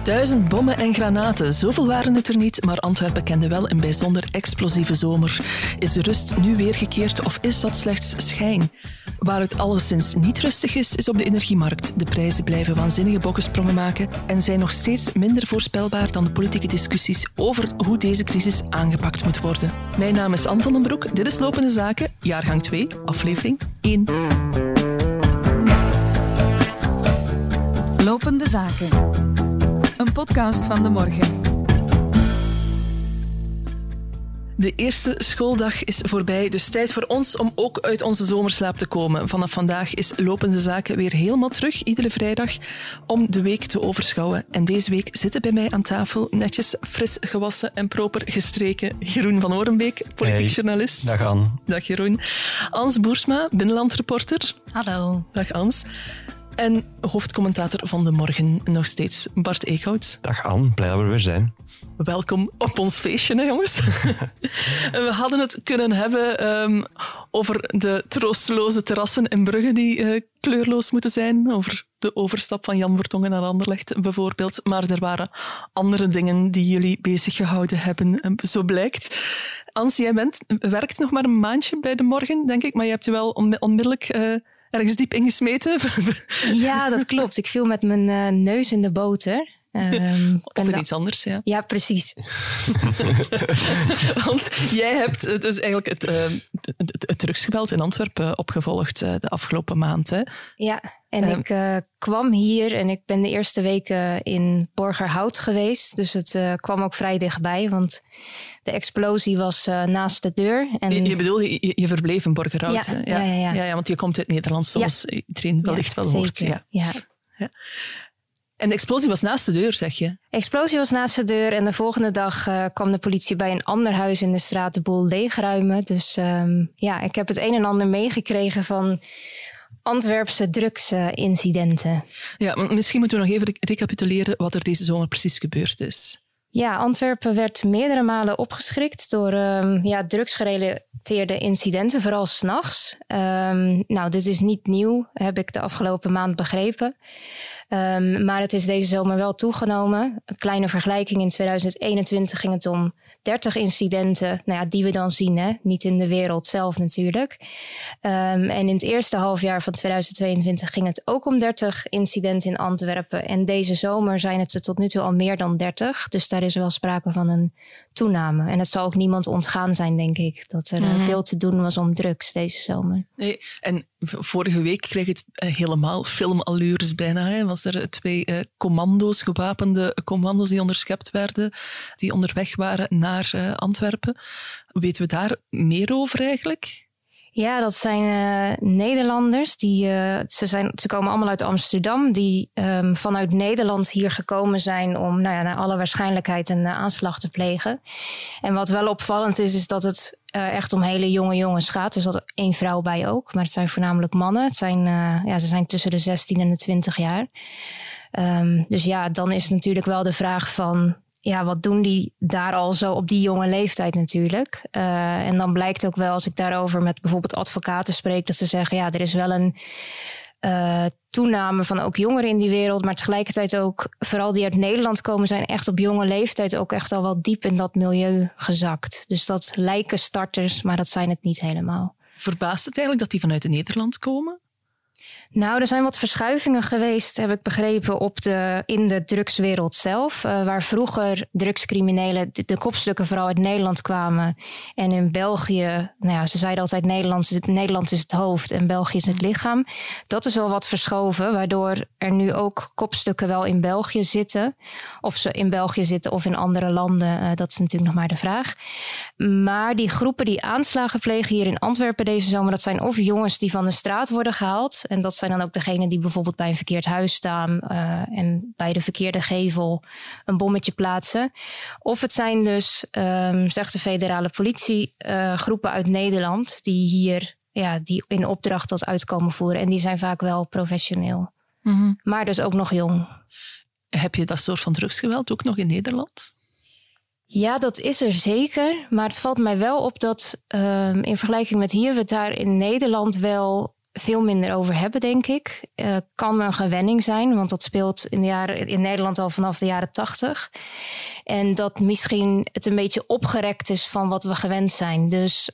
1000 bommen en granaten. Zoveel waren het er niet, maar Antwerpen kende wel een bijzonder explosieve zomer. Is de rust nu weergekeerd of is dat slechts schijn? Waar het alleszins niet rustig is, is op de energiemarkt. De prijzen blijven waanzinnige bokkensprongen maken en zijn nog steeds minder voorspelbaar dan de politieke discussies over hoe deze crisis aangepakt moet worden. Mijn naam is Anne van den Broek. Dit is Lopende Zaken, jaargang 2, aflevering 1. Lopende Zaken. Een podcast van De Morgen. De eerste schooldag is voorbij, dus tijd voor ons om ook uit onze zomerslaap te komen. Vanaf vandaag is Lopende Zaken weer helemaal terug, iedere vrijdag, om de week te overschouwen. En deze week zitten bij mij aan tafel, netjes fris gewassen en proper gestreken, Jeroen van Orenbeek, politiek journalist. Dag Anne. Dag Jeroen. Ans Boersma, binnenlandreporter. Hallo. Dag Ans. En hoofdcommentator van De Morgen, nog steeds, Bart Eekhout. Dag Anne, blij dat we er weer zijn. Welkom op ons feestje, hè, jongens. We hadden het kunnen hebben over de troosteloze terrassen in Brugge die kleurloos moeten zijn. Over de overstap van Jan Vertongen naar Anderlecht bijvoorbeeld. Maar er waren andere dingen die jullie bezig gehouden hebben, zo blijkt. Ans, jij werkt nog maar een maandje bij De Morgen, denk ik. Maar je hebt je wel onmiddellijk ergens diep ingesmeten. Ja, dat klopt. Ik viel met mijn neus in de boter. Of er iets anders, ja. Ja, precies. Want jij hebt dus eigenlijk het drugsgeweld in Antwerpen opgevolgd de afgelopen maand. Hè? Ja, en ik kwam hier en ik ben de eerste weken in Borgerhout geweest. Dus het kwam ook vrij dichtbij, want de explosie was naast de deur. En Je bedoelt, je verbleef in Borgerhout? Ja. Ja, want je komt uit Nederland, zoals iedereen wellicht wel hoort. Ja. En de explosie was naast de deur, zeg je? De explosie was naast de deur en de volgende dag kwam de politie bij een ander huis in de straat de boel leegruimen. Dus ik heb het een en ander meegekregen van Antwerpse drugsincidenten. Ja, maar misschien moeten we nog even recapituleren wat er deze zomer precies gebeurd is. Ja, Antwerpen werd meerdere malen opgeschrikt door drugsgerelateerde incidenten, vooral 's nachts. Dit is niet nieuw, heb ik de afgelopen maand begrepen. Maar het is deze zomer wel toegenomen. Een kleine vergelijking, in 2021 ging het om 30 incidenten, die we dan zien, hè? Niet in de wereld zelf natuurlijk. En in het eerste halfjaar van 2022 ging het ook om 30 incidenten in Antwerpen. En deze zomer zijn het er tot nu toe al meer dan 30. Dus daar is wel sprake van een toename. En het zal ook niemand ontgaan zijn, denk ik, dat er veel te doen was om drugs deze zomer. Nee, en vorige week kreeg het helemaal filmallures bijna. Hè? Was er 2 gewapende commando's die onderschept werden, die onderweg waren naar Antwerpen. Weten we daar meer over eigenlijk? Ja, dat zijn Nederlanders. Ze komen allemaal uit Amsterdam. Die vanuit Nederland hier gekomen zijn om naar alle waarschijnlijkheid een aanslag te plegen. En wat wel opvallend is dat het echt om hele jonge jongens gaat. Er zat 1 vrouw bij ook, maar het zijn voornamelijk mannen. Ze zijn tussen de 16 en de 20 jaar. Dus ja, dan is natuurlijk wel de vraag van, wat doen die daar al zo op die jonge leeftijd natuurlijk? En dan blijkt ook wel, als ik daarover met bijvoorbeeld advocaten spreek, dat ze zeggen, er is wel een toename van ook jongeren in die wereld, maar tegelijkertijd ook, vooral die uit Nederland komen, zijn echt op jonge leeftijd ook echt al wel diep in dat milieu gezakt. Dus dat lijken starters, maar dat zijn het niet helemaal. Verbaast het eigenlijk dat die vanuit Nederland komen? Nou, er zijn wat verschuivingen geweest, heb ik begrepen, in de drugswereld zelf. Waar vroeger drugscriminelen, de kopstukken vooral uit Nederland kwamen. En in België, ze zeiden altijd Nederland is het hoofd en België is het lichaam. Dat is wel wat verschoven, waardoor er nu ook kopstukken wel in België zitten. Of ze in België zitten of in andere landen, dat is natuurlijk nog maar de vraag. Maar die groepen die aanslagen plegen hier in Antwerpen deze zomer, dat zijn of jongens die van de straat worden gehaald. En dat zijn dan ook degenen die bijvoorbeeld bij een verkeerd huis staan en bij de verkeerde gevel een bommetje plaatsen. Of het zijn dus, zegt de federale politie, groepen uit Nederland die hier die in opdracht dat uitkomen voeren. En die zijn vaak wel professioneel. Mm-hmm. Maar dus ook nog jong. Heb je dat soort van drugsgeweld ook nog in Nederland? Ja, dat is er zeker. Maar het valt mij wel op dat in vergelijking met hier we het daar in Nederland wel veel minder over hebben, denk ik. Kan een gewenning zijn, want dat speelt in Nederland al vanaf de jaren 80. En dat misschien het een beetje opgerekt is van wat we gewend zijn. Dus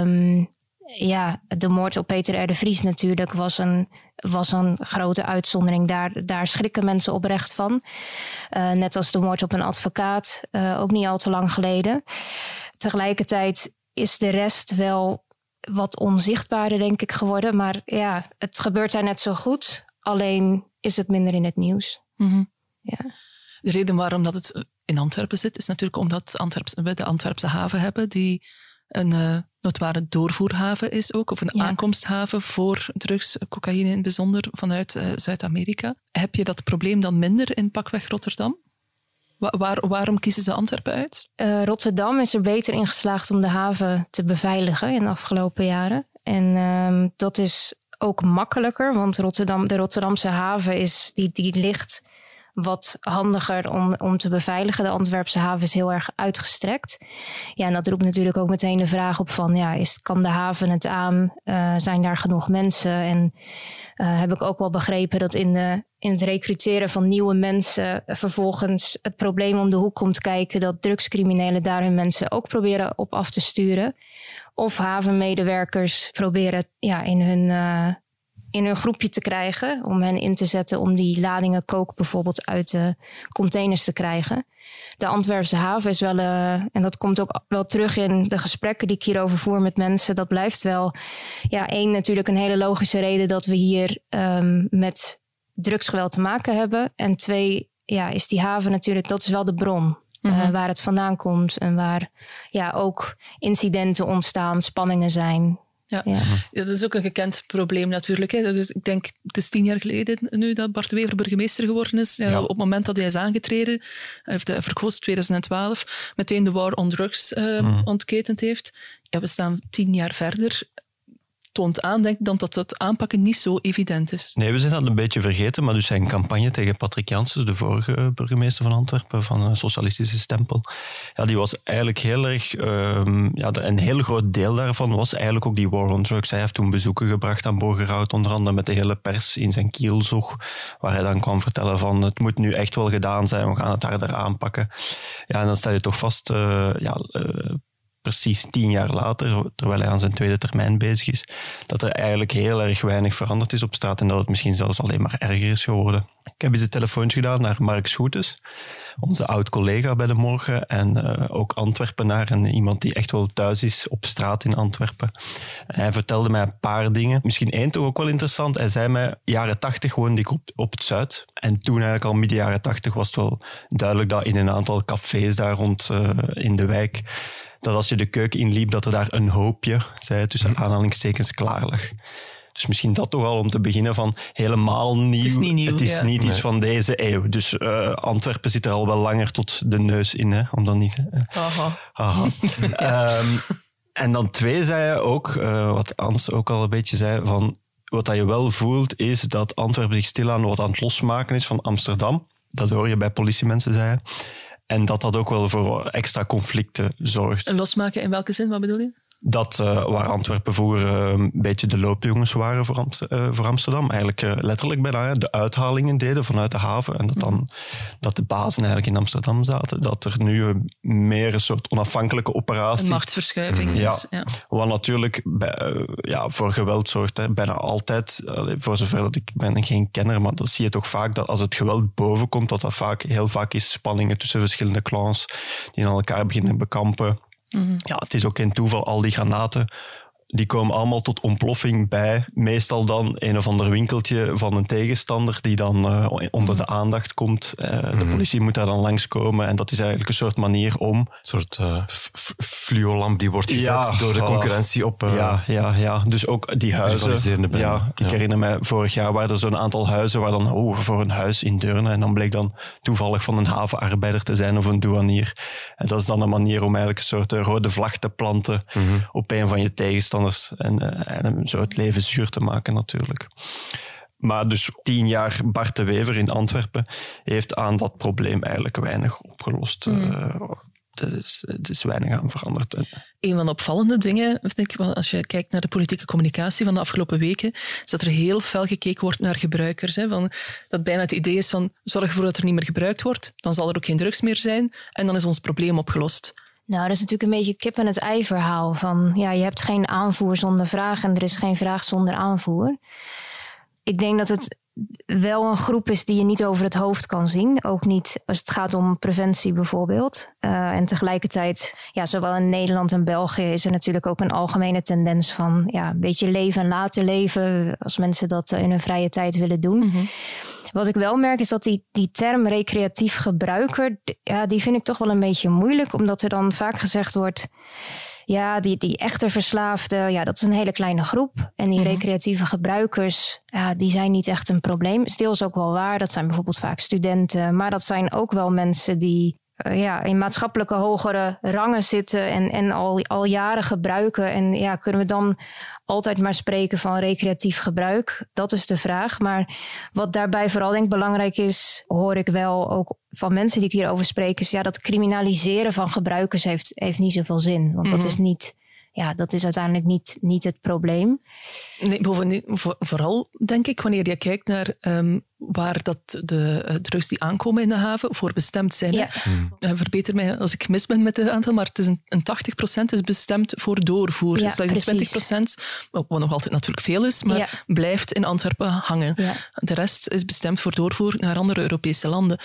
de moord op Peter R. de Vries natuurlijk was een grote uitzondering. Daar schrikken mensen oprecht van. Net als de moord op een advocaat, ook niet al te lang geleden. Tegelijkertijd is de rest wel wat onzichtbaarder, denk ik, geworden. Maar ja, het gebeurt daar net zo goed. Alleen is het minder in het nieuws. Mm-hmm. Ja. De reden waarom dat het in Antwerpen zit, is natuurlijk omdat we de Antwerpse haven hebben, die een notoire doorvoerhaven is ook, of een aankomsthaven voor drugs, cocaïne in het bijzonder, vanuit Zuid-Amerika. Heb je dat probleem dan minder in pakweg Rotterdam? Waarom kiezen ze Antwerpen uit? Rotterdam is er beter in geslaagd om de haven te beveiligen in de afgelopen jaren. En dat is ook makkelijker, want de Rotterdamse haven die ligt wat handiger om te beveiligen. De Antwerpse haven is heel erg uitgestrekt. Ja, en dat roept natuurlijk ook meteen de vraag op van, kan de haven het aan? Zijn daar genoeg mensen? En heb ik ook wel begrepen dat in het recruteren van nieuwe mensen vervolgens het probleem om de hoek komt kijken dat drugscriminelen daar hun mensen ook proberen op af te sturen. Of havenmedewerkers proberen in hun groepje te krijgen, om hen in te zetten om die ladingen coke bijvoorbeeld uit de containers te krijgen. De Antwerpse haven is wel, en dat komt ook wel terug in de gesprekken die ik hierover voer met mensen, dat blijft wel, één natuurlijk een hele logische reden dat we hier met drugsgeweld te maken hebben. En twee, is die haven natuurlijk, dat is wel de bron. Waar het vandaan komt en waar ook incidenten ontstaan, spanningen zijn. Ja, dat is ook een gekend probleem natuurlijk. Hè. Dus ik denk, het is 10 jaar geleden nu dat Bart de Wever burgemeester geworden is. Op het moment dat hij is aangetreden, hij heeft verkozen 2012, meteen de war on drugs ontketend heeft. Ja, we staan 10 jaar verder. Toont aan, denk ik, dat het aanpakken niet zo evident is. Nee, we zijn dat een beetje vergeten, maar dus zijn campagne tegen Patrick Janssen, de vorige burgemeester van Antwerpen, van een socialistische stempel, die was eigenlijk heel erg... een heel groot deel daarvan was eigenlijk ook die war on drugs. Hij heeft toen bezoeken gebracht aan Borgerhout, onder andere met de hele pers in zijn kielzog, waar hij dan kwam vertellen van het moet nu echt wel gedaan zijn, we gaan het harder aanpakken. Ja, en dan stel je toch vast... precies 10 jaar later, terwijl hij aan zijn tweede termijn bezig is, dat er eigenlijk heel erg weinig veranderd is op straat en dat het misschien zelfs alleen maar erger is geworden. Ik heb eens een telefoontje gedaan naar Mark Schoutes, onze oud-collega bij De Morgen en ook Antwerpenaar en iemand die echt wel thuis is op straat in Antwerpen. En hij vertelde mij een paar dingen. Misschien één toch ook wel interessant. Hij zei mij, jaren 80 woonde ik op het Zuid. En toen eigenlijk al midden jaren 80 was het wel duidelijk dat in een aantal cafés daar rond in de wijk, dat als je de keuken inliep, dat er daar een hoopje, zei hij, tussen aanhalingstekens, klaar lag. Dus misschien dat toch al om te beginnen van helemaal nieuw. Het is niet nieuw. Het is niet iets van deze eeuw. Dus Antwerpen zit er al wel langer tot de neus in, hè, om dan niet... Aha. En dan 2 zei hij ook, wat Hans ook al een beetje zei, van wat je wel voelt is dat Antwerpen zich stilaan wat aan het losmaken is van Amsterdam. Dat hoor je bij politiemensen, zei hij. En dat ook wel voor extra conflicten zorgt. En losmaken in welke zin? Wat bedoel je? Dat waar Antwerpen vroeger een beetje de loopjongens waren voor Amsterdam. Eigenlijk letterlijk bijna de uithalingen deden vanuit de haven. En dat de bazen eigenlijk in Amsterdam zaten. Dat er nu meer een soort onafhankelijke operatie... Een machtsverschuiving is. Ja. Wat natuurlijk voor geweld zorgt. Hè. Bijna altijd, voor zover dat ik ben geen kenner, maar dat zie je toch vaak dat als het geweld boven komt, dat heel vaak is spanningen tussen verschillende clans die aan elkaar beginnen bekampen. Ja, het is ook geen toeval, al die granaten, die komen allemaal tot ontploffing bij meestal dan een of ander winkeltje van een tegenstander die dan onder de aandacht komt. De politie moet daar dan langskomen en dat is eigenlijk een soort manier om... Een soort fluolamp die wordt gezet door de concurrentie op... Ja. Dus ook die huizen. Ik herinner mij, vorig jaar waren er zo'n aantal huizen waar dan voor een huis in Deurne en dan bleek dan toevallig van een havenarbeider te zijn of een douanier. En dat is dan een manier om eigenlijk een soort rode vlag te planten op een van je tegenstanders. En zo het leven zuur te maken natuurlijk. Maar dus 10 jaar Bart de Wever in Antwerpen heeft aan dat probleem eigenlijk weinig opgelost. het is weinig aan veranderd. Een van de opvallende dingen, denk ik, als je kijkt naar de politieke communicatie van de afgelopen weken, is dat er heel fel gekeken wordt naar gebruikers. Hè, dat bijna het idee is van zorg ervoor dat er niet meer gebruikt wordt, dan zal er ook geen drugs meer zijn en dan is ons probleem opgelost. Nou, dat is natuurlijk een beetje kip en het ei verhaal. Van, je hebt geen aanvoer zonder vraag en er is geen vraag zonder aanvoer. Ik denk dat het wel een groep is die je niet over het hoofd kan zien. Ook niet als het gaat om preventie bijvoorbeeld. En tegelijkertijd, zowel in Nederland en België is er natuurlijk ook een algemene tendens van een beetje leven en laten leven. Als mensen dat in hun vrije tijd willen doen. Mm-hmm. Wat ik wel merk is dat die term recreatief gebruiker, die vind ik toch wel een beetje moeilijk. Omdat er dan vaak gezegd wordt, die echte verslaafden, dat is een hele kleine groep. En die recreatieve gebruikers, die zijn niet echt een probleem. Stil is ook wel waar, dat zijn bijvoorbeeld vaak studenten. Maar dat zijn ook wel mensen die in maatschappelijke hogere rangen zitten en al jaren gebruiken. En kunnen we dan altijd maar spreken van recreatief gebruik? Dat is de vraag. Maar wat daarbij vooral denk ik belangrijk is, hoor ik wel ook van mensen die ik hierover spreek, is dat criminaliseren van gebruikers heeft niet zoveel zin. Want dat is niet, dat is uiteindelijk niet het probleem. Nee, bovendien, vooral denk ik, wanneer je kijkt naar waar dat de drugs die aankomen in de haven voor bestemd zijn. Ja. Verbeter mij als ik mis ben met het aantal, maar het is een 80% is bestemd voor doorvoer. Ja, dus 20%, wat nog altijd natuurlijk veel is, maar blijft in Antwerpen hangen. Ja. De rest is bestemd voor doorvoer naar andere Europese landen.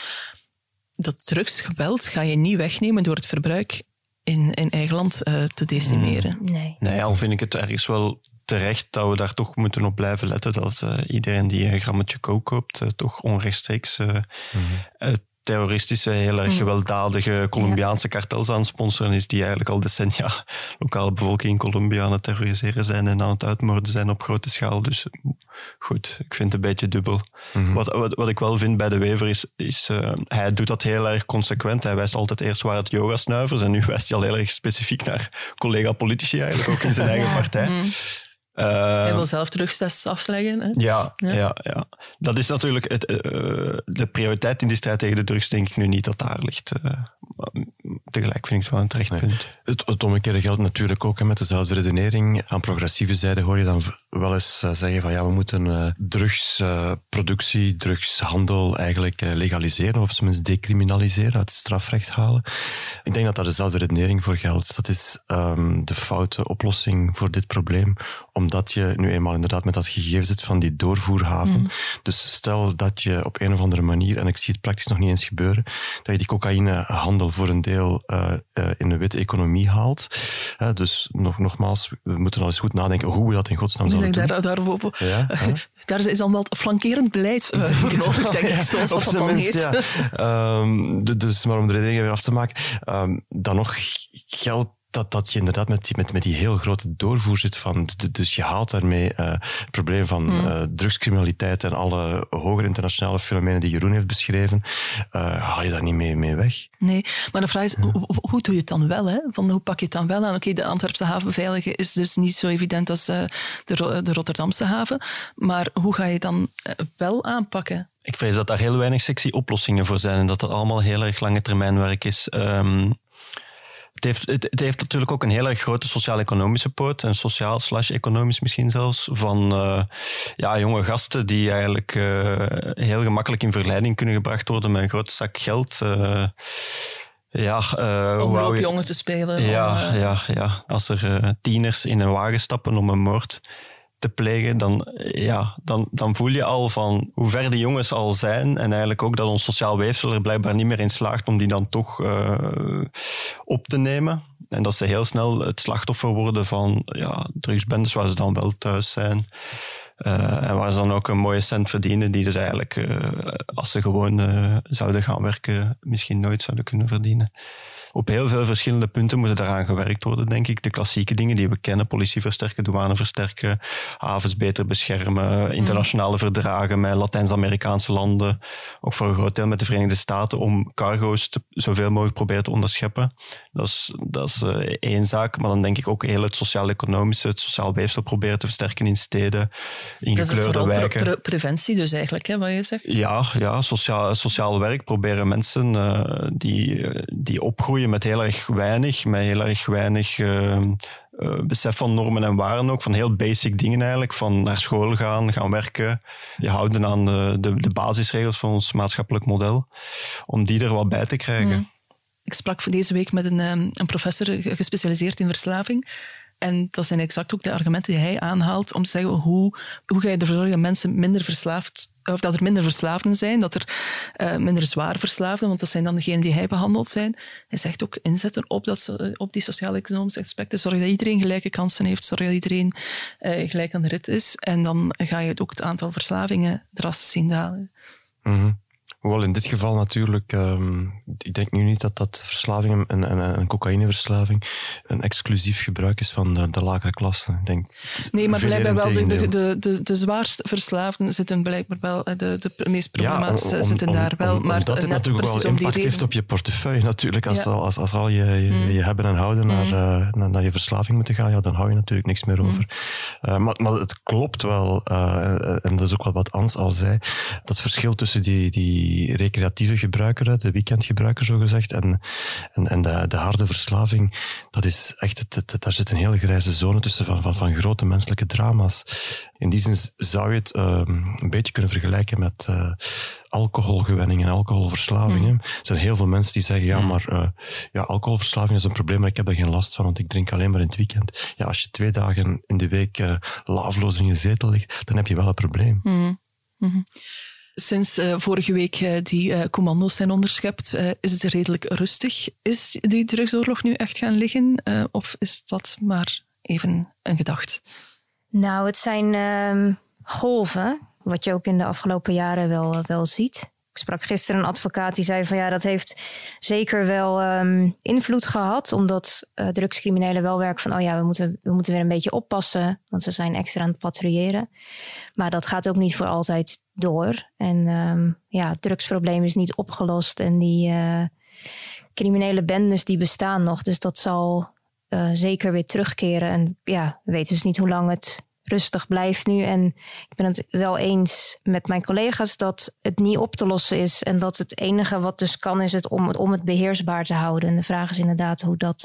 Dat drugsgeweld ga je niet wegnemen door het verbruik in eigen land te decimeren. Nee, al vind ik het ergens wel terecht dat we daar toch moeten op blijven letten dat iedereen die een grammetje coke koopt toch onrechtstreeks terroristische, heel erg gewelddadige Colombiaanse kartels aan het sponsoren is, die eigenlijk al decennia lokale bevolking in Colombia aan het terroriseren zijn en aan het uitmoorden zijn op grote schaal. Dus goed, ik vind het een beetje dubbel. Wat ik wel vind bij De Wever is hij doet dat heel erg consequent. Hij wijst altijd eerst waar het yogasnuivers en nu wijst hij al heel erg specifiek naar collega-politici eigenlijk, ook in zijn eigen partij. Hij wil zelf drugstests afleggen. Hè? Ja. Dat is natuurlijk de prioriteit in die strijd tegen de drugs, denk ik nu niet dat daar ligt. Tegelijk vind ik het wel een terecht punt. Het omgekeerde geldt natuurlijk ook met dezelfde redenering. Aan progressieve zijde hoor je dan wel eens zeggen van we moeten drugsproductie, drugshandel eigenlijk legaliseren of op zijn minst decriminaliseren, uit het strafrecht halen. Ik denk dat daar dezelfde redenering voor geldt. Dat is de foute oplossing voor dit probleem, omdat je nu eenmaal inderdaad met dat gegeven zit van die doorvoerhaven. Dus stel dat je op een of andere manier, en ik zie het praktisch nog niet eens gebeuren, dat je die cocaïnehandel voor een deel in de witte economie haalt. Dus nogmaals, we moeten al eens goed nadenken hoe we dat in godsnaam zouden doen. Daar is dan wel het flankerend beleid voor nodig, denk ik, zoals dat dan heet. Dus maar om de redenering weer af te maken, dan nog geldt dat je inderdaad met die heel grote doorvoer zit van, dus je haalt daarmee het probleem van drugscriminaliteit en alle hogere internationale fenomenen die Jeroen heeft beschreven, haal je daar niet mee weg. Nee, maar de vraag is, hoe doe je het dan wel? Hè? Hoe pak je het dan wel aan? Oké, de Antwerpse haven veiligen is dus niet zo evident als de Rotterdamse haven, maar hoe ga je het dan wel aanpakken? Ik vrees dat daar heel weinig sexy oplossingen voor zijn en dat het allemaal heel erg lange termijnwerk is. Het heeft natuurlijk ook een heel erg grote sociaal-economische poot, en sociaal/economisch misschien zelfs, van jonge gasten die eigenlijk heel gemakkelijk in verleiding kunnen gebracht worden met een grote zak geld. Om loopjongen te spelen. Ja. Als er tieners in een wagen stappen om een moord te plegen, dan voel je al van hoe ver die jongens al zijn en eigenlijk ook dat ons sociaal weefsel er blijkbaar niet meer in slaagt om die dan toch op te nemen. En dat ze heel snel het slachtoffer worden van drugsbendes waar ze dan wel thuis zijn. En waar ze dan ook een mooie cent verdienen die dus eigenlijk, als ze gewoon zouden gaan werken, misschien nooit zouden kunnen verdienen. Op heel veel verschillende punten moet er daaraan gewerkt worden, denk ik. De klassieke dingen die we kennen, politie versterken, douane versterken, havens beter beschermen, internationale verdragen met Latijns-Amerikaanse landen, ook voor een groot deel met de Verenigde Staten, om cargo's zoveel mogelijk proberen te onderscheppen. Dat is één zaak, maar dan denk ik ook heel het sociaal-economische, het sociaal weefsel proberen te versterken in steden, in gekleurde wijken. Dat is vooral preventie dus eigenlijk, hè, wat je zegt? Ja, sociaal werk, proberen mensen die opgroeien opgroeien met heel erg weinig besef van normen en waarden ook, van heel basic dingen eigenlijk, van naar school gaan werken, je houden aan de basisregels van ons maatschappelijk model, om die er wat bij te krijgen. Ik sprak deze week met een professor gespecialiseerd in verslaving. En dat zijn exact ook de argumenten die hij aanhaalt om te zeggen hoe ga je ervoor zorgen dat mensen minder verslaafd, of dat er minder verslaafden zijn, dat er minder zwaar verslaafden, want dat zijn dan degenen die hij behandeld zijn. Hij zegt ook inzetten op die sociaal-economische aspecten, zorgen dat iedereen gelijke kansen heeft, zorgen dat iedereen gelijk aan de rit is. En dan ga je ook het aantal verslavingen drastisch zien dalen. Mm-hmm. Hoewel in dit geval natuurlijk, ik denk nu niet dat verslaving en cocaïneverslaving een exclusief gebruik is van de lagere klasse. Ik denk nee, maar blijkbaar wel de zwaarst verslaafden zitten blijkbaar wel, de meest problematische zitten daar wel. Maar omdat het natuurlijk wel impact heeft op je portefeuille natuurlijk. Als al je hebben en houden naar je verslaving moeten gaan, ja, dan hou je natuurlijk niks meer over. Maar het klopt wel, en dat is ook wat Ans al zei, dat verschil tussen die recreatieve gebruiker, de weekendgebruiker zogezegd, en de harde verslaving, dat is echt, daar zit een hele grijze zone tussen van grote menselijke drama's. In die zin zou je het een beetje kunnen vergelijken met alcoholgewenning en alcoholverslaving. Er zijn heel veel mensen die zeggen, maar alcoholverslaving is een probleem, maar ik heb daar geen last van, want ik drink alleen maar in het weekend. Ja, als je 2 dagen in de week laafloos in je zetel ligt, dan heb je wel een probleem. Sinds vorige week die commando's zijn onderschept, is het redelijk rustig. Is die drugsoorlog nu echt gaan liggen? Of is dat maar even een gedachte? Nou, het zijn golven, wat je ook in de afgelopen jaren wel ziet. Ik sprak gisteren een advocaat die zei van ja, dat heeft zeker wel invloed gehad. Omdat drugscriminelen wel werken van we moeten weer een beetje oppassen. Want ze zijn extra aan het patrouilleren. Maar dat gaat ook niet voor altijd door. En het drugsprobleem is niet opgelost. En die criminele bendes die bestaan nog. Dus dat zal zeker weer terugkeren. En ja, we weten dus niet hoe lang het rustig blijft nu. En ik ben het wel eens met mijn collega's dat het niet op te lossen is. En dat het enige wat dus kan is om het beheersbaar te houden. En de vraag is inderdaad hoe dat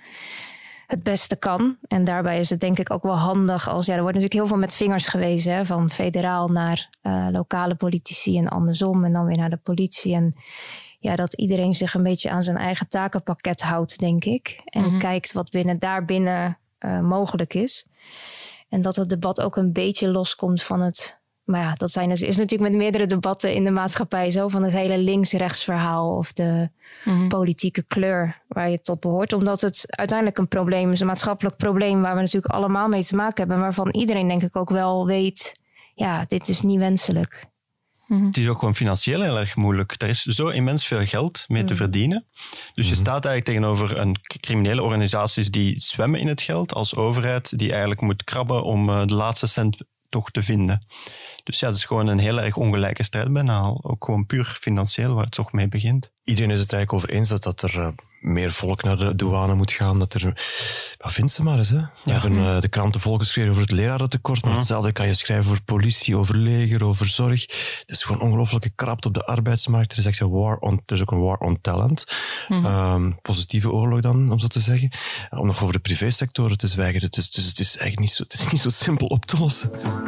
het beste kan. En daarbij is het denk ik ook wel handig als... Ja, er wordt natuurlijk heel veel met vingers gewezen. Hè, van federaal naar lokale politici en andersom. En dan weer naar de politie. En ja, dat iedereen zich een beetje aan zijn eigen takenpakket houdt, denk ik. En kijkt wat daarbinnen mogelijk is. En dat het debat ook een beetje loskomt van het... Maar ja, dat is natuurlijk met meerdere debatten in de maatschappij zo. Van het hele links-rechts verhaal of de politieke kleur waar je tot behoort. Omdat het uiteindelijk een probleem is, een maatschappelijk probleem waar we natuurlijk allemaal mee te maken hebben. Waarvan iedereen denk ik ook wel weet, ja, dit is niet wenselijk. Het is ook gewoon financieel heel erg moeilijk. Er is zo immens veel geld mee te verdienen. Dus je staat eigenlijk tegenover een criminele organisaties die zwemmen in het geld als overheid, die eigenlijk moet krabben om de laatste cent toch te vinden. Dus ja, het is gewoon een heel erg ongelijke strijd bijna. Ook gewoon puur financieel waar het toch mee begint. Iedereen is het eigenlijk over eens dat er meer volk naar de douane moet gaan. Dat er... vind ze maar eens, hè. We hebben de kranten volgeschreven over het lerarentekort, maar hetzelfde kan je schrijven over politie, over leger, over zorg. Het is gewoon ongelooflijke krapte op de arbeidsmarkt. Er is echt er is ook een war on talent. Positieve oorlog dan, om zo te zeggen. Om nog over de privésector te zwijgen. Het is eigenlijk niet zo simpel op te lossen.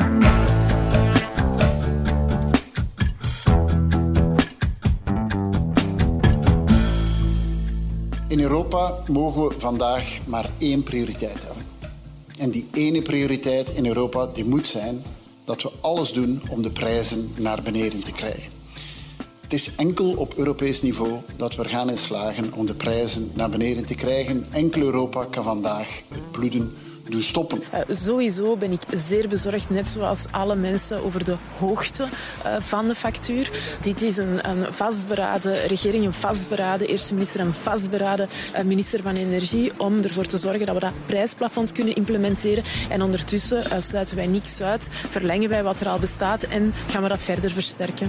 In Europa mogen we vandaag maar 1 prioriteit hebben. En die ene prioriteit in Europa die moet zijn dat we alles doen om de prijzen naar beneden te krijgen. Het is enkel op Europees niveau dat we er gaan in slagen om de prijzen naar beneden te krijgen. Enkel Europa kan vandaag het bloeden doen stoppen. Sowieso ben ik zeer bezorgd, net zoals alle mensen, over de hoogte van de factuur. Dit is een vastberaden regering, een vastberaden eerste minister, een vastberaden minister van Energie om ervoor te zorgen dat we dat prijsplafond kunnen implementeren. En ondertussen sluiten wij niks uit, verlengen wij wat er al bestaat en gaan we dat verder versterken.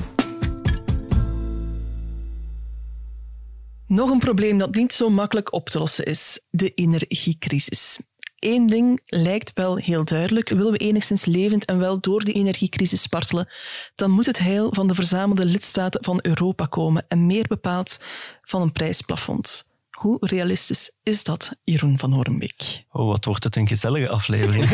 Nog een probleem dat niet zo makkelijk op te lossen is: de energiecrisis. Eén ding lijkt wel heel duidelijk. Willen we enigszins levend en wel door die energiecrisis spartelen, dan moet het heil van de verzamelde lidstaten van Europa komen en meer bepaald van een prijsplafond. Hoe realistisch is dat, Jeroen van Horenbeek? Oh, wat wordt het een gezellige aflevering.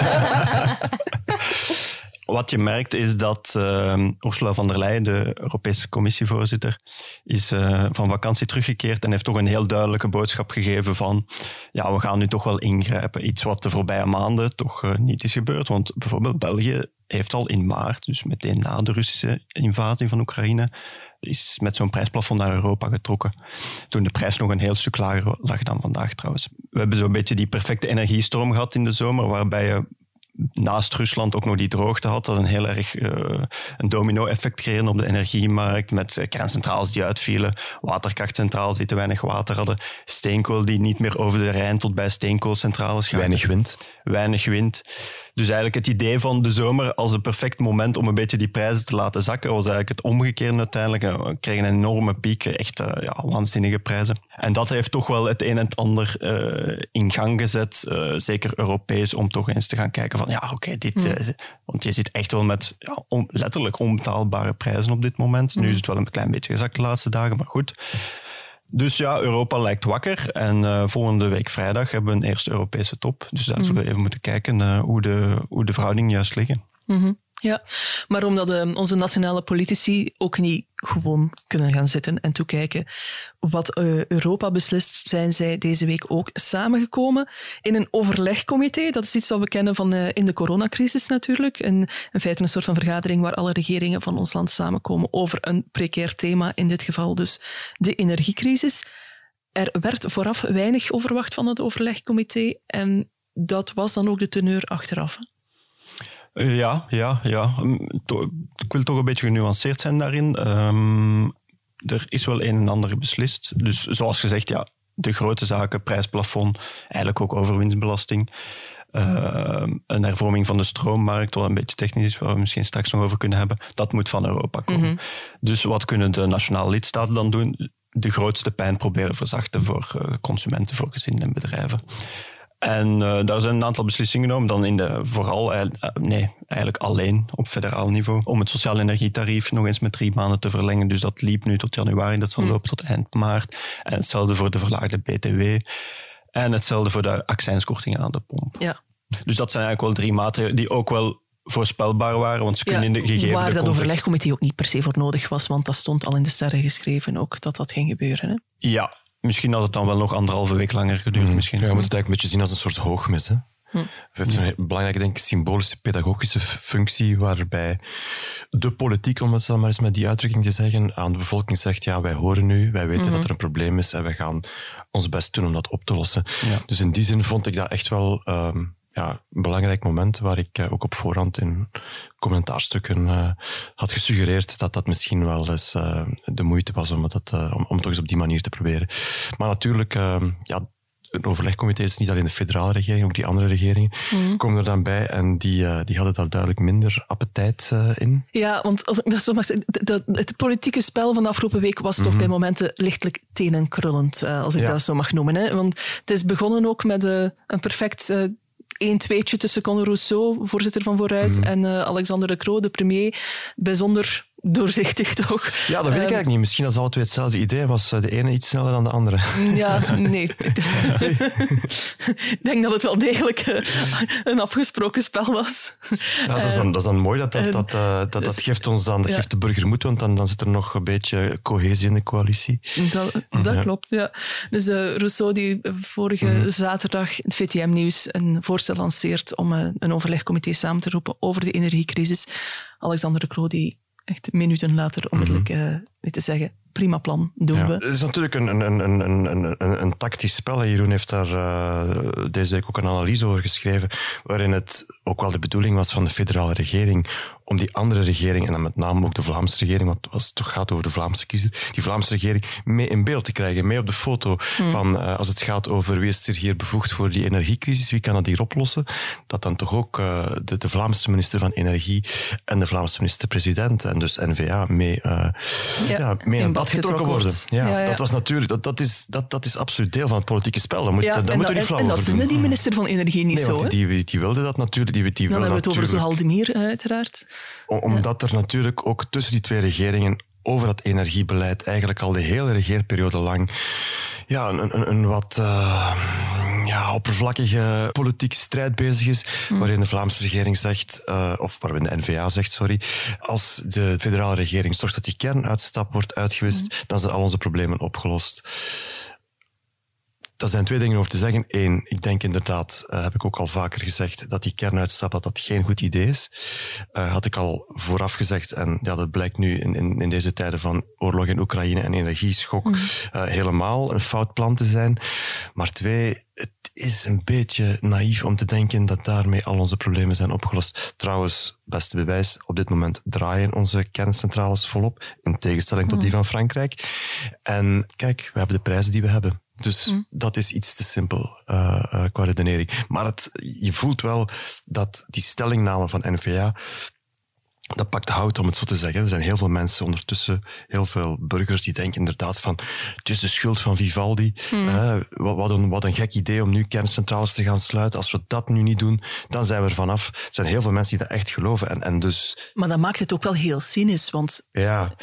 Wat je merkt is dat Ursula von der Leyen, de Europese Commissievoorzitter, is van vakantie teruggekeerd en heeft toch een heel duidelijke boodschap gegeven van ja, we gaan nu toch wel ingrijpen. Iets wat de voorbije maanden toch niet is gebeurd. Want bijvoorbeeld België heeft al in maart, dus meteen na de Russische invasie van Oekraïne, is met zo'n prijsplafond naar Europa getrokken. Toen de prijs nog een heel stuk lager lag dan vandaag trouwens. We hebben zo'n beetje die perfecte energiestorm gehad in de zomer, waarbij je naast Rusland ook nog die droogte had, dat een heel erg een domino-effect creëerde op de energiemarkt, met kerncentrales die uitvielen, waterkrachtcentrales die te weinig water hadden, steenkool die niet meer over de Rijn tot bij steenkoolcentrales gaan. Weinig wind. Dus eigenlijk het idee van de zomer als een perfect moment om een beetje die prijzen te laten zakken, was eigenlijk het omgekeerde uiteindelijk. We kregen een enorme piek, echt waanzinnige prijzen. En dat heeft toch wel het een en het ander in gang gezet, zeker Europees, om toch eens te gaan kijken van want je zit echt wel met letterlijk onbetaalbare prijzen op dit moment. Nu is het wel een klein beetje gezakt de laatste dagen, maar goed. Dus ja, Europa lijkt wakker en volgende week vrijdag hebben we een eerste Europese top. Dus daar zullen we even moeten kijken hoe de verhoudingen juist liggen. Mm-hmm. Ja, maar omdat onze nationale politici ook niet gewoon kunnen gaan zitten en toekijken wat Europa beslist, zijn zij deze week ook samengekomen in een overlegcomité. Dat is iets wat we kennen van in de coronacrisis natuurlijk. In feite een soort van vergadering waar alle regeringen van ons land samenkomen over een precair thema, in dit geval dus de energiecrisis. Er werd vooraf weinig verwacht van het overlegcomité en dat was dan ook de teneur achteraf. Ja. Ik wil toch een beetje genuanceerd zijn daarin. Er is wel een en ander beslist. Dus zoals gezegd, ja, de grote zaken, prijsplafond, eigenlijk ook overwinstbelasting. Een hervorming van de stroommarkt, wat een beetje technisch is, waar we misschien straks nog over kunnen hebben. Dat moet van Europa komen. Mm-hmm. Dus wat kunnen de nationale lidstaten dan doen? De grootste pijn proberen verzachten voor consumenten, voor gezinnen en bedrijven. En daar zijn een aantal beslissingen genomen, dan eigenlijk alleen op federaal niveau, om het sociaal energietarief nog eens met 3 maanden te verlengen. Dus dat liep nu tot januari, dat zal lopen tot eind maart. En hetzelfde voor de verlaagde BTW. En hetzelfde voor de accijnskortingen aan de pomp. Ja. Dus dat zijn eigenlijk wel 3 maatregelen die ook wel voorspelbaar waren, want ze kunnen in de gegeven waar dat overlegcomité ook niet per se voor nodig was, want dat stond al in de sterren geschreven ook, dat ging gebeuren. Hè? Ja. Misschien had het dan wel nog 1,5 week langer geduurd. Misschien. Ja, je moet het eigenlijk een beetje zien als een soort hoogmis. Hè? Het heeft een belangrijke, denk ik, symbolische, pedagogische functie, waarbij de politiek, om het dan maar eens met die uitdrukking te zeggen, aan de bevolking zegt, ja, wij horen u, wij weten dat er een probleem is en wij gaan ons best doen om dat op te lossen. Ja. Dus in die zin vond ik dat echt wel een belangrijk moment, waar ik ook op voorhand in commentaarstukken had gesuggereerd dat dat misschien wel eens de moeite was om het toch eens op die manier te proberen. Maar natuurlijk, een overlegcomité is niet alleen de federale regering, ook die andere regeringen komen er dan bij en die hadden daar duidelijk minder appetijt in. Ja, want als ik dat zo mag zeggen, het politieke spel van de afgelopen week was toch bij momenten lichtelijk tenenkrullend, als ik dat zo mag noemen. Hè? Want het is begonnen ook met een perfect 1-2'tje tussen Conor Rousseau, voorzitter van Vooruit, en Alexander De Croo, de premier. Bijzonder doorzichtig, toch? Ja, dat weet ik eigenlijk niet. Misschien dat ze alle twee hetzelfde idee was. De ene iets sneller dan de andere. Ja, nee. Ik denk dat het wel degelijk een afgesproken spel was. Ja, dat is dan mooi. Dat geeft ons dan, dat geeft de burger moed, want dan zit er nog een beetje cohesie in de coalitie. Dat klopt, ja. Dus Rousseau die vorige zaterdag in het VTM-nieuws een voorstel lanceert om een overlegcomité samen te roepen over de energiecrisis. Alexander De Croo die echt minuten later onmiddellijk te zeggen, prima plan, doen we. Het is natuurlijk een tactisch spel. Jeroen heeft daar deze week ook een analyse over geschreven, waarin het ook wel de bedoeling was van de federale regering om die andere regering, en dan met name ook de Vlaamse regering, want als het toch gaat over de Vlaamse kiezer, die Vlaamse regering mee in beeld te krijgen, mee op de foto van als het gaat over wie is er hier bevoegd voor die energiecrisis, wie kan dat hier oplossen, dat dan toch ook de Vlaamse minister van Energie en de Vlaamse minister-president en dus N-VA mee in het bad getrokken worden. Ja. Dat was natuurlijk, dat is absoluut deel van het politieke spel. Daar moeten we niet flauw over doen. En dat vinden die minister van Energie niet zo. Die wilde dat natuurlijk. Dan hebben we het over Zohaldemir, uiteraard. Omdat er natuurlijk ook tussen die twee regeringen over dat energiebeleid eigenlijk al de hele regeerperiode lang een wat oppervlakkige politieke strijd bezig is, waarin de Vlaamse regering zegt, of waarin de N-VA zegt, als de federale regering zorgt dat die kernuitstap wordt uitgewist, dan zijn al onze problemen opgelost. Daar zijn 2 dingen over te zeggen. 1, ik denk inderdaad, heb ik ook al vaker gezegd, dat die kernuitstap dat geen goed idee is. Had ik al vooraf gezegd. En dat blijkt nu in deze tijden van oorlog in Oekraïne en energieschok helemaal een fout plan te zijn. Maar 2, het is een beetje naïef om te denken dat daarmee al onze problemen zijn opgelost. Trouwens, beste bewijs, op dit moment draaien onze kerncentrales volop, in tegenstelling tot die van Frankrijk. En kijk, we hebben de prijzen die we hebben. Dus dat is iets te simpel qua redenering. Maar je voelt wel dat die stellingname van N-VA, dat pakt hout, om het zo te zeggen. Er zijn heel veel mensen ondertussen, heel veel burgers die denken inderdaad van het is de schuld van Vivaldi. Wat een gek idee om nu kerncentrales te gaan sluiten. Als we dat nu niet doen, dan zijn we er vanaf. Er zijn heel veel mensen die dat echt geloven. En dus... Maar dat maakt het ook wel heel cynisch, want... Ja.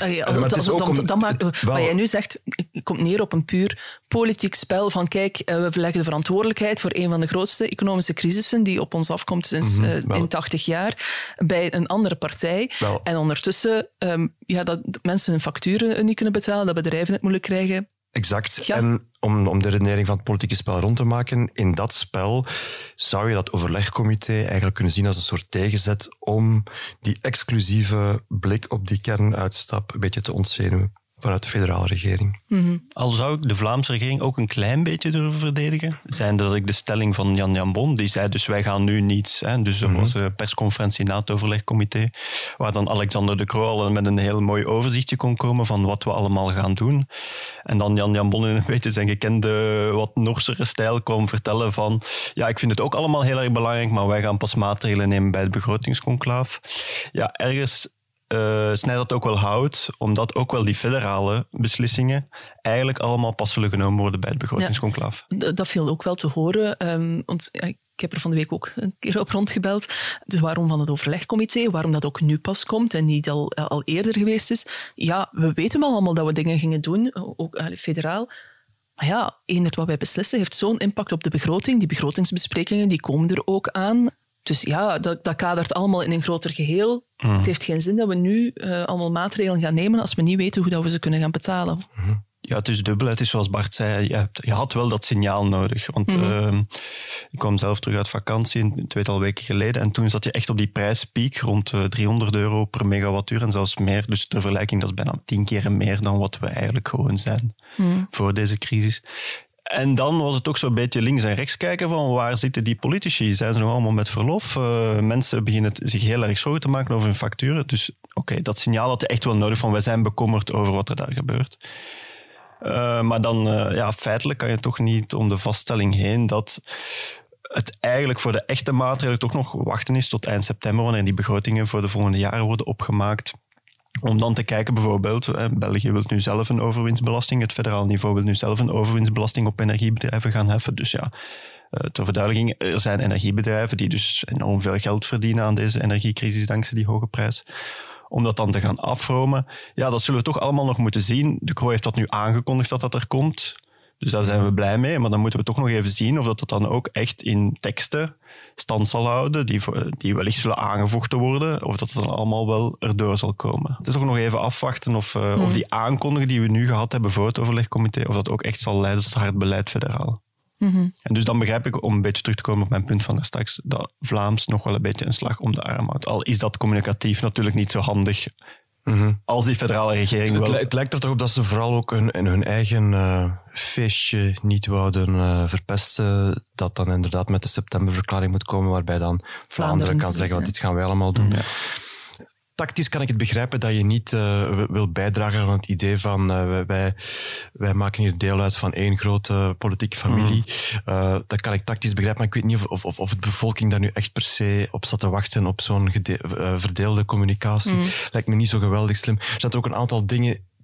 Wat jij nu zegt, komt neer op een puur politiek spel van kijk, we verleggen de verantwoordelijkheid voor een van de grootste economische crisissen die op ons afkomt sinds in 80 jaar bij een andere partij. Wel. En ondertussen dat mensen hun facturen niet kunnen betalen, dat bedrijven het moeilijk krijgen. Exact. Ja. En om de redenering van het politieke spel rond te maken, in dat spel zou je dat overlegcomité eigenlijk kunnen zien als een soort tegenzet om die exclusieve blik op die kernuitstap een beetje te ontzenuwen vanuit de federale regering. Al zou ik de Vlaamse regering ook een klein beetje durven verdedigen, zijnde dat ik de stelling van Jan Jambon, die zei dus wij gaan nu niets. Hè. Dus er was een persconferentie na het overlegcomité, waar dan Alexander De Croo al met een heel mooi overzichtje kon komen van wat we allemaal gaan doen. En dan Jan Jambon in een beetje zijn gekende, wat Norsere stijl kwam vertellen van ja, ik vind het ook allemaal heel erg belangrijk, maar wij gaan pas maatregelen nemen bij het begrotingsconclaaf. Ja, ergens snijdt dat ook wel hout, omdat ook wel die federale beslissingen eigenlijk allemaal pas zullen genomen worden bij het begrotingsconclaaf. Ja, dat viel ook wel te horen, want ik heb er van de week ook een keer op rondgebeld. Dus waarom van het overlegcomité, waarom dat ook nu pas komt en niet al eerder geweest is. Ja, we weten wel allemaal dat we dingen gingen doen, ook federaal. Maar ja, wat wij beslissen heeft zo'n impact op de begroting. Die begrotingsbesprekingen die komen er ook aan. Dus ja, dat kadert allemaal in een groter geheel. Het heeft geen zin dat we nu allemaal maatregelen gaan nemen als we niet weten hoe dat we ze kunnen gaan betalen. Ja, het is dubbel. Het is zoals Bart zei, je had wel dat signaal nodig. Want ik kwam zelf terug uit vakantie een 2-tal weken geleden en toen zat je echt op die prijspiek rond €300 per megawattuur en zelfs meer. Dus ter vergelijking, dat is bijna 10 keer meer dan wat we eigenlijk gewoon zijn voor deze crisis. En dan was het ook zo'n beetje links en rechts kijken van waar zitten die politici? Zijn ze nog allemaal met verlof? Mensen beginnen zich heel erg zorgen te maken over hun facturen. Dus oké, dat signaal had je echt wel nodig van wij zijn bekommerd over wat er daar gebeurt. Maar dan, feitelijk kan je toch niet om de vaststelling heen dat het eigenlijk voor de echte maatregelen toch nog wachten is tot eind september, wanneer die begrotingen voor de volgende jaren worden opgemaakt. Om dan te kijken bijvoorbeeld, België wil nu zelf een overwinstbelasting, het federaal niveau wil nu zelf een overwinstbelasting op energiebedrijven gaan heffen. Dus ja, ter verduidelijking, er zijn energiebedrijven die dus enorm veel geld verdienen aan deze energiecrisis dankzij die hoge prijs. Om dat dan te gaan afromen, ja, dat zullen we toch allemaal nog moeten zien. De Croo heeft dat nu aangekondigd dat er komt. Dus daar zijn we blij mee, maar dan moeten we toch nog even zien of dat dan ook echt in teksten stand zal houden, die wellicht zullen aangevochten worden, of dat het dan allemaal wel erdoor zal komen. Het is toch nog even afwachten of die aankondiging die we nu gehad hebben voor het overlegcomité, of dat ook echt zal leiden tot hard beleid federaal. En dus dan begrijp ik, om een beetje terug te komen op mijn punt van straks, dat Vlaams nog wel een beetje een slag om de arm houdt. Al is dat communicatief natuurlijk niet zo handig als die federale regering wel. Het lijkt er toch op dat ze vooral ook hun eigen feestje niet wouden verpesten. Dat dan inderdaad met de septemberverklaring moet komen, waarbij dan Vlaanderen kan zeggen, want dit gaan wij allemaal doen. Ja. Tactisch kan ik het begrijpen dat je niet wil bijdragen aan het idee van wij maken hier deel uit van één grote politieke familie. Dat kan ik tactisch begrijpen, maar ik weet niet of de bevolking daar nu echt per se op zat te wachten op zo'n verdeelde communicatie. Lijkt me niet zo geweldig slim. Er zijn ook een aantal dingen die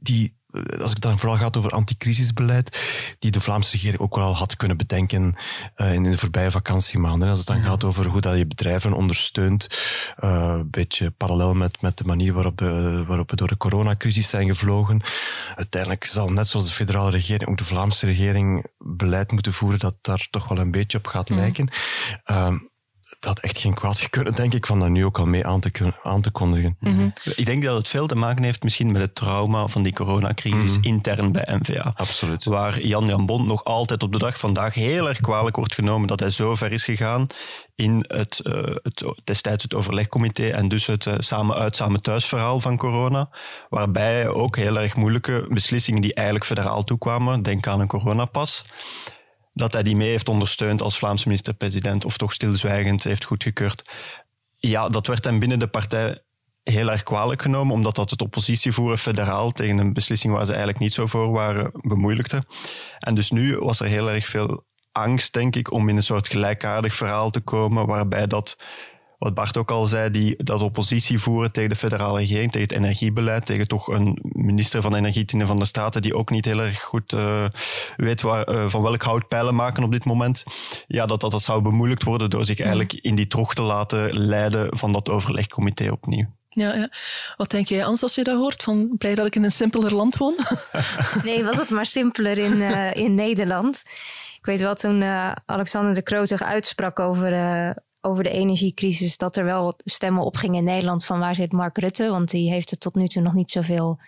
als het dan vooral gaat over anticrisisbeleid, die de Vlaamse regering ook wel al had kunnen bedenken in de voorbije vakantiemaanden. Als het dan gaat over hoe dat je bedrijven ondersteunt, een beetje parallel met de manier waarop we door de coronacrisis zijn gevlogen. Uiteindelijk zal net zoals de federale regering ook de Vlaamse regering beleid moeten voeren dat daar toch wel een beetje op gaat lijken. Dat had echt geen kwaad kunnen, denk ik, van dat nu ook al mee aan te kondigen. Mm-hmm. Ik denk dat het veel te maken heeft misschien met het trauma van die coronacrisis intern bij N-VA. Absoluut. Waar Jan Bon nog altijd op de dag vandaag heel erg kwalijk wordt genomen dat hij zo ver is gegaan in destijds het overlegcomité en dus het samen thuis verhaal van corona, waarbij ook heel erg moeilijke beslissingen die eigenlijk federaal toekwamen, denk aan een coronapas, dat hij die mee heeft ondersteund als Vlaamse minister-president of toch stilzwijgend heeft goedgekeurd. Ja, dat werd hem binnen de partij heel erg kwalijk genomen, omdat dat het oppositievoeren federaal tegen een beslissing waar ze eigenlijk niet zo voor waren, bemoeilijkte. En dus nu was er heel erg veel angst, denk ik, om in een soort gelijkaardig verhaal te komen, waarbij dat, wat Bart ook al zei, dat oppositie voeren tegen de federale regering, tegen het energiebeleid, tegen toch een minister van Energie, Tine van der Straten, die ook niet heel erg goed weet van welk hout pijlen maken op dit moment. Ja, dat zou bemoeilijkt worden door zich eigenlijk in die trog te laten leiden van dat overlegcomité opnieuw. Ja. Wat denk jij, Ans, als je dat hoort? Van blij dat ik in een simpeler land woon? Nee, was het maar simpeler in Nederland. Ik weet wel, toen Alexander De Croo zich uitsprak over de energiecrisis, dat er wel stemmen opgingen in Nederland van waar zit Mark Rutte, want die heeft er tot nu toe nog niet zoveel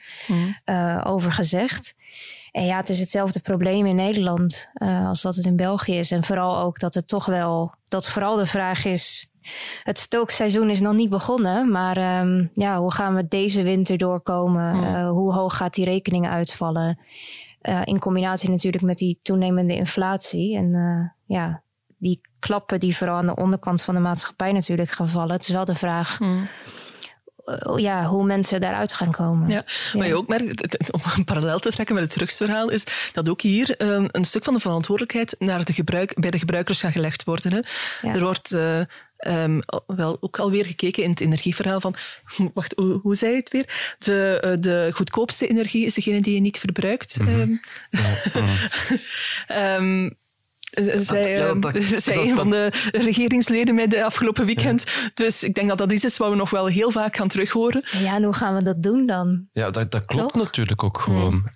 over gezegd. En ja, het is hetzelfde probleem in Nederland als dat het in België is. En vooral ook dat het toch wel, dat vooral de vraag is, het stookseizoen is nog niet begonnen, maar hoe gaan we deze winter doorkomen? Hoe hoog gaat die rekening uitvallen? In combinatie natuurlijk met die toenemende inflatie en die klappen die vooral aan de onderkant van de maatschappij natuurlijk gaan vallen. Het is wel de vraag hoe mensen daaruit gaan komen. Ja. Wat je ook merkt, om een parallel te trekken met het drugsverhaal, is dat ook hier een stuk van de verantwoordelijkheid bij de gebruikers gaat gelegd worden. Hè. Ja. Er wordt wel ook alweer gekeken in het energieverhaal van, wacht, hoe zei je het weer? De goedkoopste energie is degene die je niet verbruikt. Zei een van de regeringsleden mij de afgelopen weekend. Ja. Dus ik denk dat dat iets is wat we nog wel heel vaak gaan terug horen. Ja, en hoe gaan we dat doen dan? Ja, dat klopt natuurlijk ook gewoon.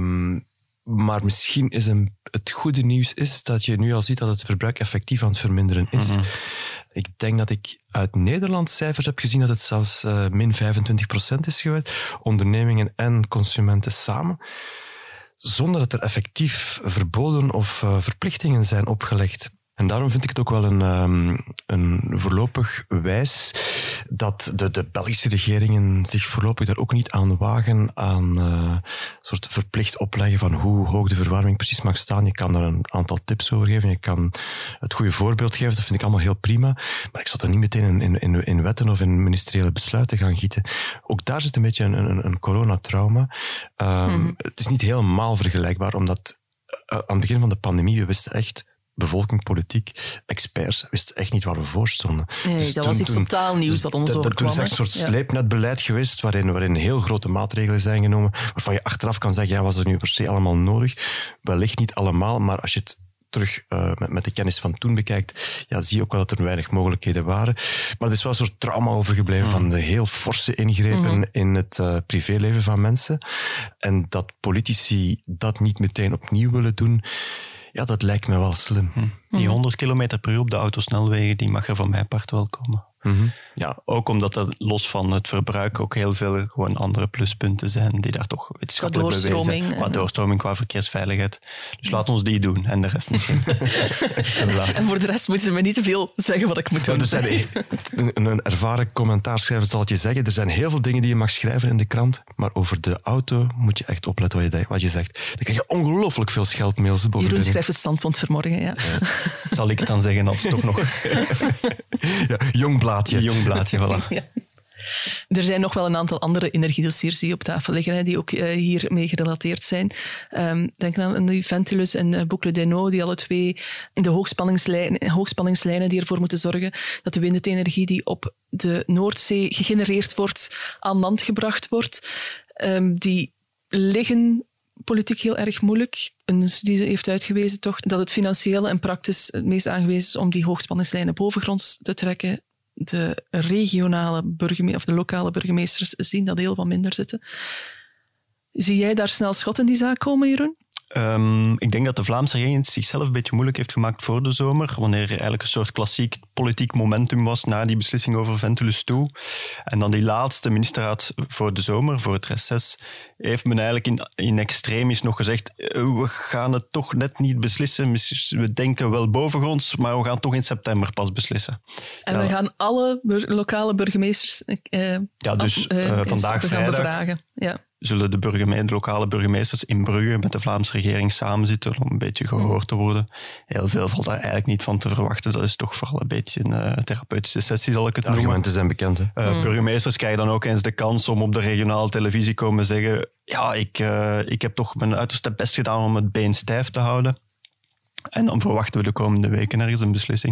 Maar misschien is het goede nieuws is dat je nu al ziet dat het verbruik effectief aan het verminderen is. Ik denk dat ik uit Nederland cijfers heb gezien dat het zelfs min 25% is geweest. Ondernemingen en consumenten samen. Zonder dat er effectief verboden of verplichtingen zijn opgelegd. En daarom vind ik het ook wel een voorlopig wijs dat de Belgische regeringen zich voorlopig daar ook niet aan wagen aan een soort verplicht opleggen van hoe hoog de verwarming precies mag staan. Je kan daar een aantal tips over geven, je kan het goede voorbeeld geven, dat vind ik allemaal heel prima. Maar ik zou dat niet meteen in wetten of in ministeriële besluiten gaan gieten. Ook daar zit een beetje een coronatrauma. Het is niet helemaal vergelijkbaar, omdat aan het begin van de pandemie, we wisten echt, bevolking, politiek, experts wisten echt niet waar we voor stonden. Nee, dus dat was iets totaal nieuws dat ons overkwam. Er is echt een soort sleepnetbeleid geweest waarin heel grote maatregelen zijn genomen, waarvan je achteraf kan zeggen, was er nu per se allemaal nodig? Wellicht niet allemaal, maar als je het terug met de kennis van toen bekijkt, zie je ook wel dat er weinig mogelijkheden waren. Maar er is wel een soort trauma overgebleven van de heel forse ingrepen in het privéleven van mensen. En dat politici dat niet meteen opnieuw willen doen, ja, dat lijkt me wel slim. Die 100 km per uur op de autosnelwegen, die mag er van mijn part wel komen. Ja, ook omdat er los van het verbruik ook heel veel gewoon andere pluspunten zijn die daar toch wetenschappelijk bewezen zijn. Qua doorstroming, qua verkeersveiligheid. Dus laat ons die doen en de rest misschien. En voor de rest moeten ze me niet te veel zeggen wat ik moet doen. Een ervaren commentaarschrijver zal het je zeggen. Er zijn heel veel dingen die je mag schrijven in de krant, maar over de auto moet je echt opletten wat je zegt. Dan krijg je ongelooflijk veel scheldmails. Jeroen schrijft het standpunt vanmorgen, ja. Zal ik het dan zeggen als toch nog... Jong blaadje, voilà. Ja. Er zijn nog wel een aantal andere energiedossiers die op tafel liggen, hè, die ook hiermee gerelateerd zijn. Denk aan die Ventilus en Boucle d'Hainaut, die alle twee de hoogspanningslijnen die ervoor moeten zorgen dat de windenergie die op de Noordzee gegenereerd wordt, aan land gebracht wordt. Die liggen politiek heel erg moeilijk. Een studie heeft uitgewezen toch dat het financieel en praktisch het meest aangewezen is om die hoogspanningslijnen bovengronds te trekken. De regionale of de lokale burgemeesters zien dat heel wat minder zitten. Zie jij daar snel schot in die zaak komen, Jeroen? Ik denk dat de Vlaamse regering het zichzelf een beetje moeilijk heeft gemaakt voor de zomer, wanneer er eigenlijk een soort klassiek politiek momentum was na die beslissing over Ventilus toe. En dan die laatste ministerraad voor de zomer, voor het reces, heeft men eigenlijk in extremis nog gezegd, we gaan het toch net niet beslissen. We denken wel bovengronds, maar we gaan toch in september pas beslissen. En we gaan alle lokale burgemeesters vandaag vrijdag bevragen. Ja. Zullen de lokale burgemeesters in Brugge met de Vlaamse regering samenzitten om een beetje gehoord te worden. Heel veel valt daar eigenlijk niet van te verwachten. Dat is toch vooral een beetje een therapeutische sessie, zal ik het noemen. Argumenten zijn bekend. Hè? Burgemeesters krijgen dan ook eens de kans om op de regionale televisie komen zeggen, ja, ik heb toch mijn uiterste best gedaan om het been stijf te houden. En dan verwachten we de komende weken ergens een beslissing.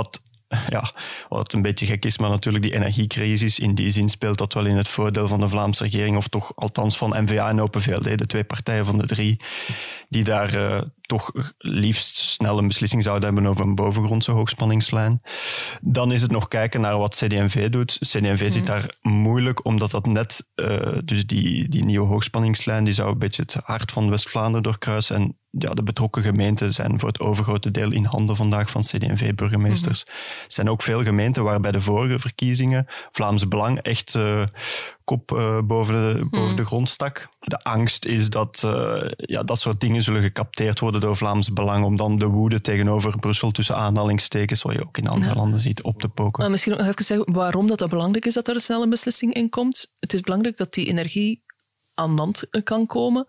Wat een beetje gek is, maar natuurlijk die energiecrisis, in die zin speelt dat wel in het voordeel van de Vlaamse regering, of toch althans van N-VA en Open VLD, de 2 partijen van de 3, die daar toch liefst snel een beslissing zouden hebben over een bovengrondse hoogspanningslijn. Dan is het nog kijken naar wat CD&V doet. CD&V zit daar moeilijk, omdat dat net, dus die nieuwe hoogspanningslijn, die zou een beetje het hart van West-Vlaanderen doorkruisen. En ja, de betrokken gemeenten zijn voor het overgrote deel in handen vandaag van CD&V-burgemeesters. Er zijn ook veel gemeenten waar bij de vorige verkiezingen Vlaams Belang echt kop boven de grond stak. De angst is dat dat soort dingen zullen gecapteerd worden door Vlaams Belang, om dan de woede tegenover Brussel tussen aanhalingstekens, wat je ook in andere landen ziet, op te poken. Maar misschien nog even zeggen waarom dat belangrijk is dat er snel een beslissing in komt. Het is belangrijk dat die energie aan land kan komen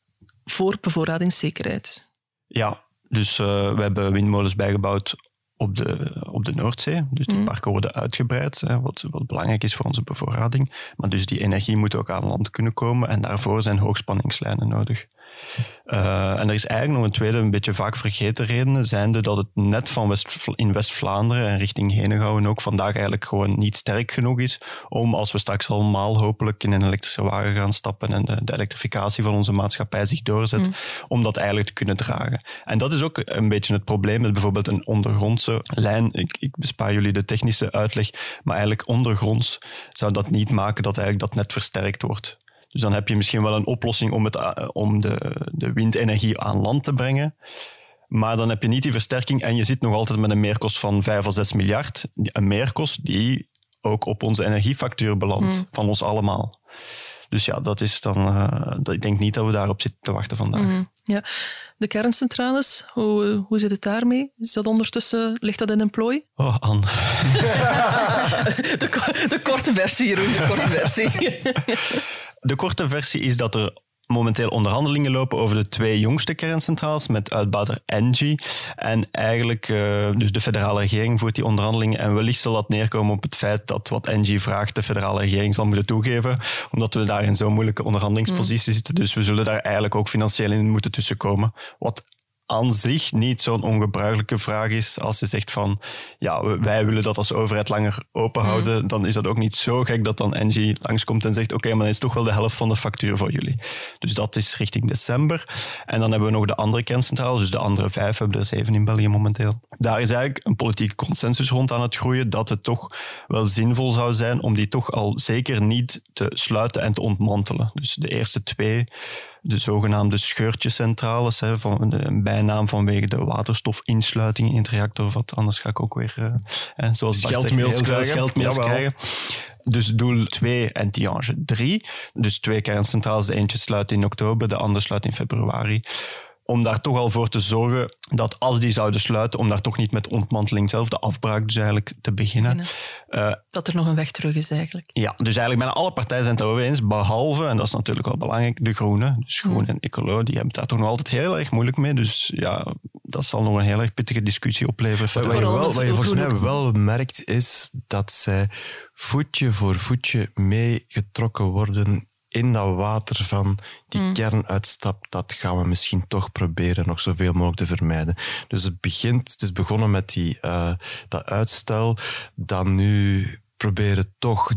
voor bevoorradingszekerheid. Ja, dus we hebben windmolens bijgebouwd op de Noordzee. Dus die parken worden uitgebreid, wat belangrijk is voor onze bevoorrading. Maar dus die energie moet ook aan land kunnen komen en daarvoor zijn hoogspanningslijnen nodig. En er is eigenlijk nog een tweede, een beetje vaak vergeten reden, zijnde dat het net van in West-Vlaanderen en richting Henegouwen ook vandaag eigenlijk gewoon niet sterk genoeg is om, als we straks allemaal hopelijk in een elektrische wagen gaan stappen en de elektrificatie van onze maatschappij zich doorzet, om dat eigenlijk te kunnen dragen. En dat is ook een beetje het probleem met bijvoorbeeld een ondergrondse lijn. Ik bespaar jullie de technische uitleg, maar eigenlijk ondergronds zou dat niet maken dat eigenlijk dat net versterkt wordt. Dus dan heb je misschien wel een oplossing om de windenergie aan land te brengen. Maar dan heb je niet die versterking en je zit nog altijd met een meerkost van 5 of 6 miljard. Een meerkost die ook op onze energiefactuur belandt, van ons allemaal. Dus ja, dat is dan... ik denk niet dat we daarop zitten te wachten vandaag. Ja. De kerncentrales, hoe zit het daarmee? Is dat ondertussen, ligt dat in een plooi? Oh, Anne. De korte versie, Jeroen, de korte versie. De korte versie is dat er momenteel onderhandelingen lopen over de 2 jongste kerncentrales met uitbater Engie. En eigenlijk, dus de federale regering voert die onderhandelingen en wellicht zal dat neerkomen op het feit dat wat Engie vraagt de federale regering zal moeten toegeven, omdat we daar in zo'n moeilijke onderhandelingspositie zitten. Dus we zullen daar eigenlijk ook financieel in moeten tussenkomen. Wat aan zich niet zo'n ongebruikelijke vraag is. Als je zegt van, ja, wij willen dat als overheid langer open houden, dan is dat ook niet zo gek dat dan Engie langskomt en zegt, oké, maar dan is toch wel de helft van de factuur voor jullie. Dus dat is richting december. En dan hebben we nog de andere kerncentrales, dus de andere 5, we hebben er 7 in België momenteel. Daar is eigenlijk een politieke consensus rond aan het groeien, dat het toch wel zinvol zou zijn om die toch al zeker niet te sluiten en te ontmantelen. Dus de eerste 2... de zogenaamde scheurtjescentrales, van een bijnaam vanwege de waterstofinsluiting in het reactor, wat anders ga ik ook weer, zoals scheldmails krijgen. Dus doel 2 en Tihange 3. Dus 2 kerncentrales, de eentje sluit in oktober, de andere sluit in februari. Om daar toch al voor te zorgen dat als die zouden sluiten, om daar toch niet met ontmanteling zelf, de afbraak dus eigenlijk te beginnen. Dat er nog een weg terug is eigenlijk. Ja, dus eigenlijk bijna alle partijen zijn het erover eens, behalve, en dat is natuurlijk wel belangrijk, de Groenen. Dus Groen en Ecolo, die hebben daar toch nog altijd heel erg moeilijk mee. Dus ja, dat zal nog een heel erg pittige discussie opleveren. Wat je volgens mij wel merkt, is dat zij voetje voor voetje meegetrokken worden in dat water van die kernuitstap. Dat gaan we misschien toch proberen nog zoveel mogelijk te vermijden. Dus het is begonnen met dat uitstel, dan nu proberen toch die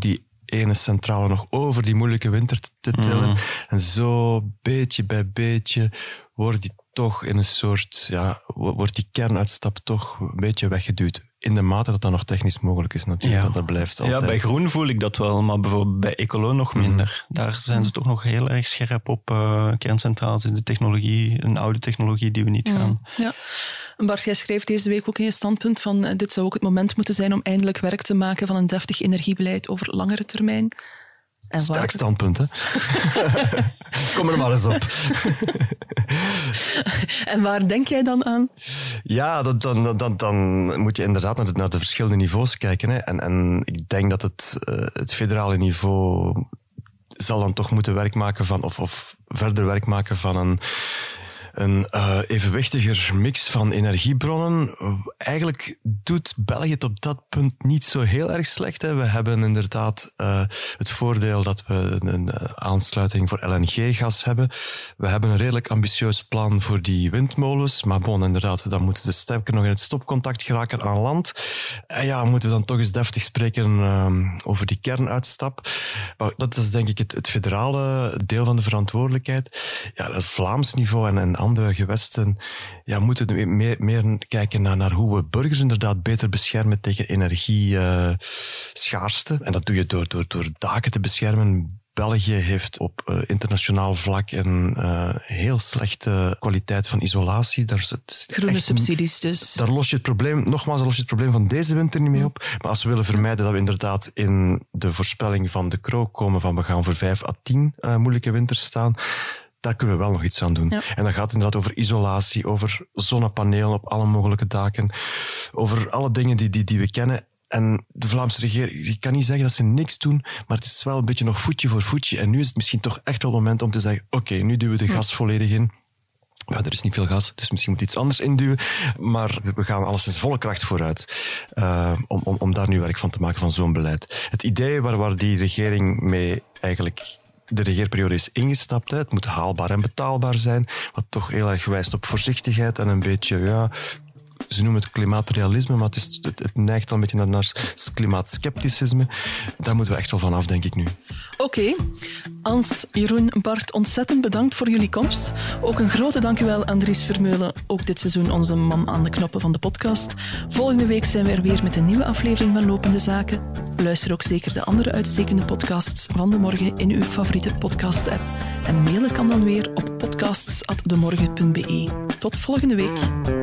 ene centrale nog over die moeilijke winter te tillen. En zo beetje bij beetje wordt die toch in een soort, wordt die kernuitstap toch een beetje weggeduwd. In de mate dat dat nog technisch mogelijk is natuurlijk. Ja. Dat blijft altijd. Ja, bij groen voel ik dat wel, maar bijvoorbeeld bij Ecolo nog minder. Daar zijn ze toch nog heel erg scherp op. Kerncentrales is de technologie, een oude technologie die we niet gaan. Ja. Bart, jij schrijft deze week ook in je standpunt van dit zou ook het moment moeten zijn om eindelijk werk te maken van een deftig energiebeleid over langere termijn. En sterk standpunt, hè? Kom er maar eens op. En waar denk jij dan aan? Ja, dan moet je inderdaad naar de verschillende niveaus kijken. Hè. En ik denk dat het federale niveau zal dan toch moeten werk maken van, of verder werk maken van een evenwichtiger mix van energiebronnen. Eigenlijk doet België het op dat punt niet zo heel erg slecht. Hè. We hebben inderdaad het voordeel dat we een aansluiting voor LNG-gas hebben. We hebben een redelijk ambitieus plan voor die windmolens. Maar inderdaad, dan moeten ze sterker nog in het stopcontact geraken aan land. En moeten we dan toch eens deftig spreken over die kernuitstap. Maar dat is denk ik het federale deel van de verantwoordelijkheid. Ja, het Vlaams niveau en andere gewesten moeten meer kijken naar hoe we burgers inderdaad beter beschermen tegen energieschaarste. En dat doe je door daken te beschermen. België heeft op internationaal vlak een heel slechte kwaliteit van isolatie. Groene subsidies dus. Daar los je het probleem van deze winter niet mee op. Maar als we willen vermijden dat we inderdaad in de voorspelling van de Krook komen van we gaan voor 5 à 10 moeilijke winters staan, daar kunnen we wel nog iets aan doen. Ja. En dat gaat inderdaad over isolatie, over zonnepanelen op alle mogelijke daken, over alle dingen die we kennen. En de Vlaamse regering, ik kan niet zeggen dat ze niks doen, maar het is wel een beetje nog voetje voor voetje. En nu is het misschien toch echt wel het moment om te zeggen, oké, nu duwen we de gas volledig in. Ja, er is niet veel gas, dus misschien moet iets anders induwen. Maar we gaan alleszins volle kracht vooruit om daar nu werk van te maken van zo'n beleid. Het idee waar die regering mee eigenlijk de regeerperiode is ingestapt. Hè. Het moet haalbaar en betaalbaar zijn, wat toch heel erg wijst op voorzichtigheid en een beetje, ze noemen het klimaatrealisme, maar het neigt al een beetje naar klimaatskepticisme. Daar moeten we echt wel van af, denk ik nu. Oké. Ans, Jeroen, Bart, ontzettend bedankt voor jullie komst. Ook een grote dankjewel aan Dries Vermeulen, ook dit seizoen onze man aan de knoppen van de podcast. Volgende week zijn we er weer met een nieuwe aflevering van Lopende Zaken. Luister ook zeker de andere uitstekende podcasts van De Morgen in uw favoriete podcast-app. En mailen kan dan weer op podcasts@demorgen.be. Tot volgende week.